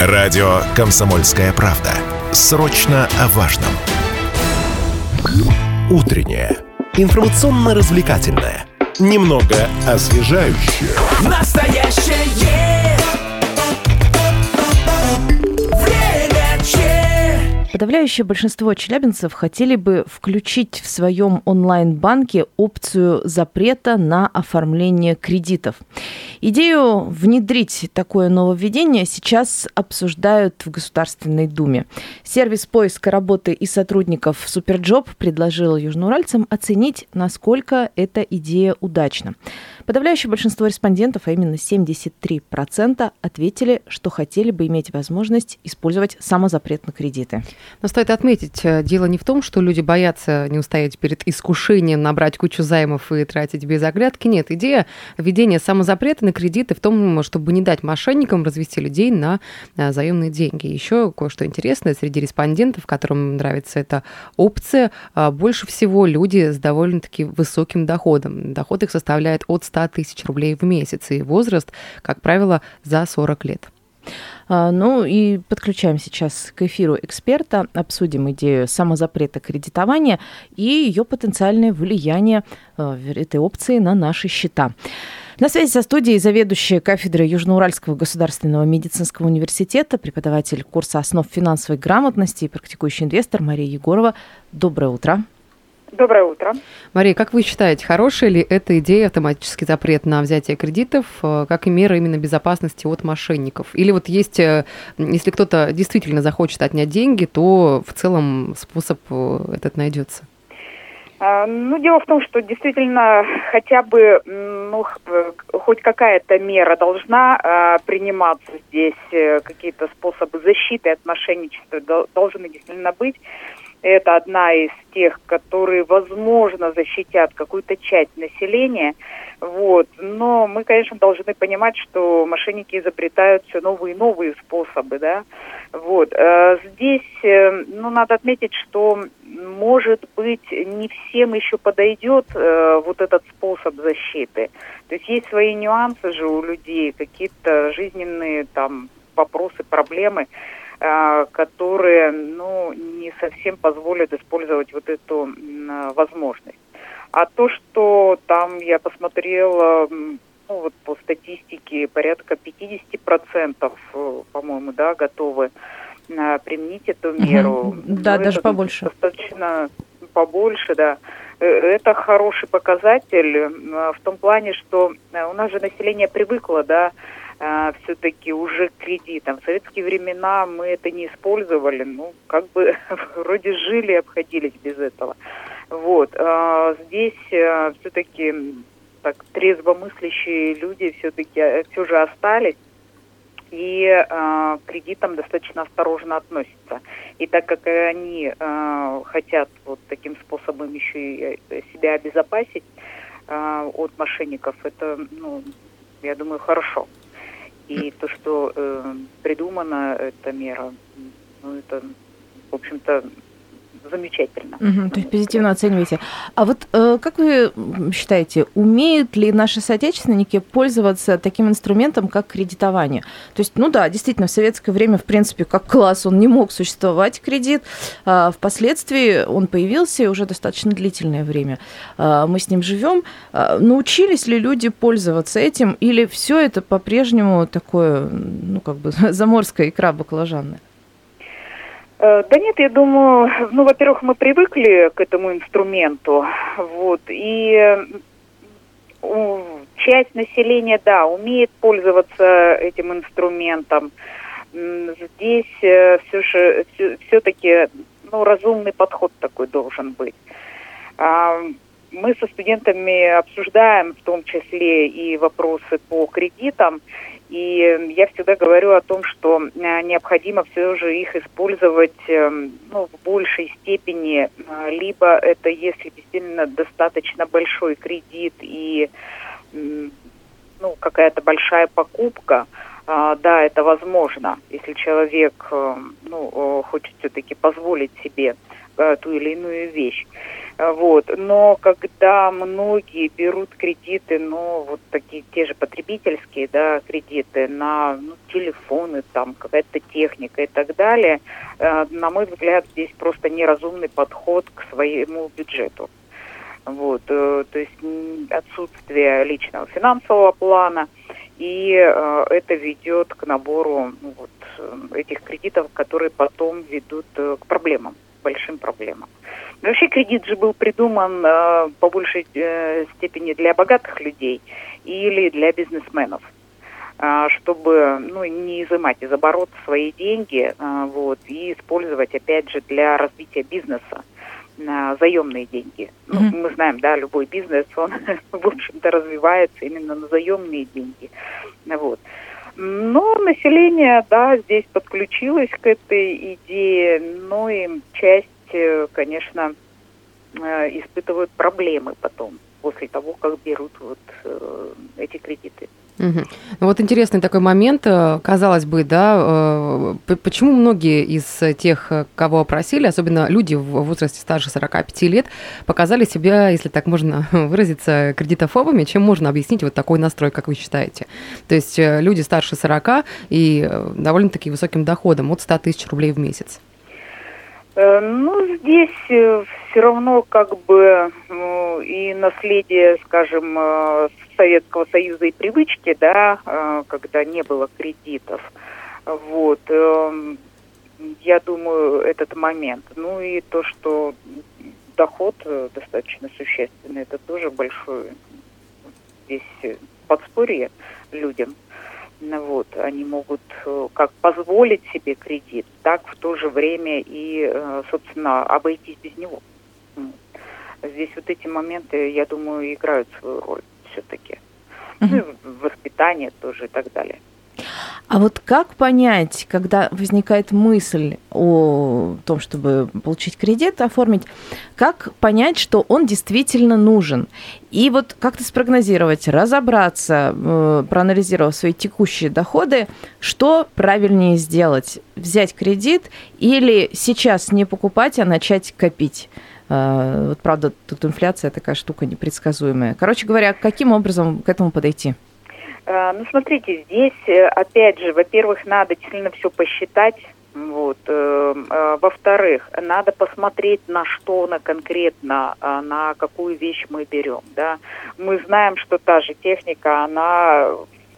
Радио «Комсомольская правда». Срочно о важном. Утреннее. Информационно-развлекательное. Немного освежающее. Настоящее время Че. Подавляющее большинство челябинцев хотели бы включить в своем онлайн-банке опцию запрета на оформление кредитов. Идею внедрить такое нововведение сейчас обсуждают в Государственной Думе. Сервис поиска работы и сотрудников Суперджоп предложил южноуральцам оценить, насколько эта идея удачна. Подавляющее большинство респондентов, а именно 73%, ответили, что хотели бы иметь возможность использовать самозапрет на кредиты. Но стоит отметить, дело не в том, что люди боятся не устоять перед искушением набрать кучу займов и тратить без оглядки. Нет, идея введения самозапрета на кредиты в том, чтобы не дать мошенникам развести людей на заемные деньги. Еще кое-что интересное среди респондентов, которым нравится эта опция, больше всего люди с довольно-таки высоким доходом. Доход их составляет от 100 тысяч рублей в месяц, и возраст, как правило, за 40 лет. Ну и подключаем сейчас к эфиру эксперта, обсудим идею самозапрета кредитования и ее потенциальное влияние этой опции на наши счета. На связи со студией заведующая кафедрой Южноуральского государственного медицинского университета, преподаватель курса основ финансовой грамотности и практикующий инвестор Мария Егорова. Доброе утро. Доброе утро. Мария, как вы считаете, хорошая ли эта идея, автоматический запрет на взятие кредитов, как и мера именно безопасности от мошенников? Или вот есть, если кто-то действительно захочет отнять деньги, то в целом способ этот найдется? Дело в том, что действительно хотя бы хоть какая-то мера должна приниматься здесь, какие-то способы защиты от мошенничества должны действительно быть. Это одна из тех, которые, возможно, защитят какую-то часть населения. Но мы, конечно, должны понимать, что мошенники изобретают все новые и новые способы, да. Здесь, надо отметить, что, может быть, не всем еще подойдет вот этот способ защиты. То есть свои нюансы же у людей, какие-то жизненные там вопросы, проблемы, которые, не совсем позволят использовать вот эту возможность. А то, что там я посмотрела, по статистике порядка 50%, по-моему, готовы применить эту меру. Да, даже побольше. Достаточно побольше, да. Это хороший показатель в том плане, что у нас же население привыкло, все-таки уже к кредитам. В советские времена мы это не использовали, вроде жили, обходились без этого. Здесь все-таки так трезвомыслящие люди все же остались и к кредитам достаточно осторожно относятся. И так как они хотят вот таким способом еще и себя обезопасить от мошенников, это, я думаю, хорошо. И то, что придумана эта мера, это, в общем-то, замечательно. То есть позитивно оцениваете. А вот как вы считаете, умеют ли наши соотечественники пользоваться таким инструментом, как кредитование? То есть, действительно, в советское время, в принципе, как класс, он не мог существовать, кредит. Впоследствии он появился, и уже достаточно длительное время мы с ним живем. Научились ли люди пользоваться этим, или все это по-прежнему такое, заморская икра баклажанная? Да нет, я думаю, во-первых, мы привыкли к этому инструменту, и часть населения, умеет пользоваться этим инструментом. Здесь все-таки, разумный подход такой должен быть. Мы со студентами обсуждаем в том числе и вопросы по кредитам, и я всегда говорю о том, что необходимо все же их использовать в большей степени, либо это если действительно достаточно большой кредит и какая-то большая покупка, это возможно, если человек хочет все-таки позволить себе ту или иную вещь. Вот. Но когда многие берут кредиты, вот такие те же потребительские, да, кредиты на телефоны, там какая-то техника и так далее, на мой взгляд, здесь просто неразумный подход к своему бюджету. Вот. То есть отсутствие личного финансового плана, и это ведет к набору этих кредитов, которые потом ведут к проблемам, большим проблемам. Вообще кредит же был придуман по большей степени для богатых людей или для бизнесменов, чтобы не изымать из оборота свои деньги и использовать, опять же, для развития бизнеса заемные деньги. Мы знаем, да, любой бизнес, он, в общем-то, развивается именно на заемные деньги. Вот. Но население, да, здесь подключилось к этой идее, но и часть, конечно, испытывают проблемы потом, после того, как берут эти кредиты. Вот интересный такой момент, казалось бы, да, почему многие из тех, кого опросили, особенно люди в возрасте старше 45 лет, показали себя, если так можно выразиться, кредитофобами, чем можно объяснить вот такой настрой, как вы считаете? То есть люди старше 40 и довольно-таки высоким доходом, от 100 тысяч рублей в месяц. Здесь все равно как бы и наследие, скажем, Советского Союза и привычки, да, когда не было кредитов. Вот. Я думаю, этот момент. И то, что доход достаточно существенный, это тоже большое здесь подспорье людям. Они могут как позволить себе кредит, так в то же время и, собственно, обойтись без него. Здесь эти моменты, я думаю, играют свою роль все-таки. Воспитание тоже и так далее. А вот как понять, когда возникает мысль о том, чтобы получить кредит, оформить, как понять, что он действительно нужен? И вот как-то спрогнозировать, разобраться, проанализировав свои текущие доходы, что правильнее сделать? Взять кредит или сейчас не покупать, а начать копить? Правда, тут инфляция такая штука непредсказуемая. Короче говоря, каким образом к этому подойти? Смотрите, здесь, опять же, во-первых, надо действительно все посчитать, во-вторых, надо посмотреть, на что конкретно, на какую вещь мы берем, да. Мы знаем, что та же техника, она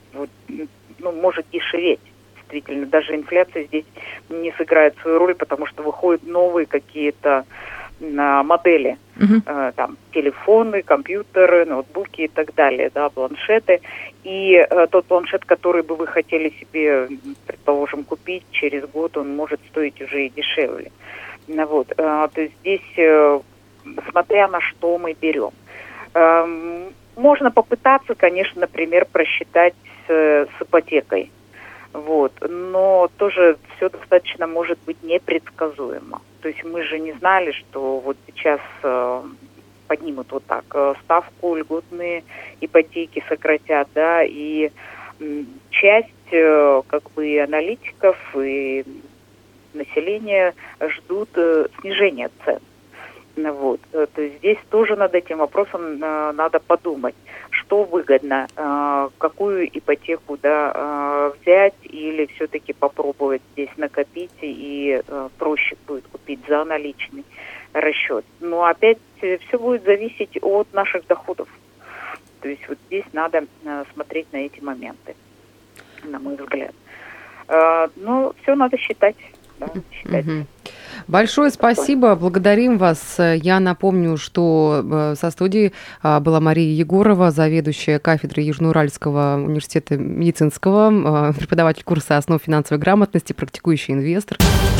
может дешеветь, действительно, даже инфляция здесь не сыграет свою роль, потому что выходят новые какие-то модели, там телефоны, компьютеры, ноутбуки и так далее, да, планшеты. И тот планшет, который бы вы хотели себе, предположим, купить через год, он может стоить уже и дешевле. То есть здесь, смотря на что мы берем. Можно попытаться, конечно, например, просчитать с ипотекой. Но тоже все достаточно может быть непредсказуемо. То есть мы же не знали, что сейчас поднимут ставку, льготные ипотеки сократят, да, и часть и аналитиков, и населения ждут снижения цен. То есть здесь тоже над этим вопросом надо подумать, что выгодно, какую ипотеку взять или все-таки попробовать здесь накопить и проще будет купить за наличный расчет. Но опять все будет зависеть от наших доходов. То есть здесь надо смотреть на эти моменты, на мой взгляд. Но все надо считать. Да, считать. Большое спасибо, благодарим вас. Я напомню, что со студией была Мария Егорова, заведующая кафедрой Южноуральского университета медицинского, преподаватель курса основ финансовой грамотности, практикующий инвестор.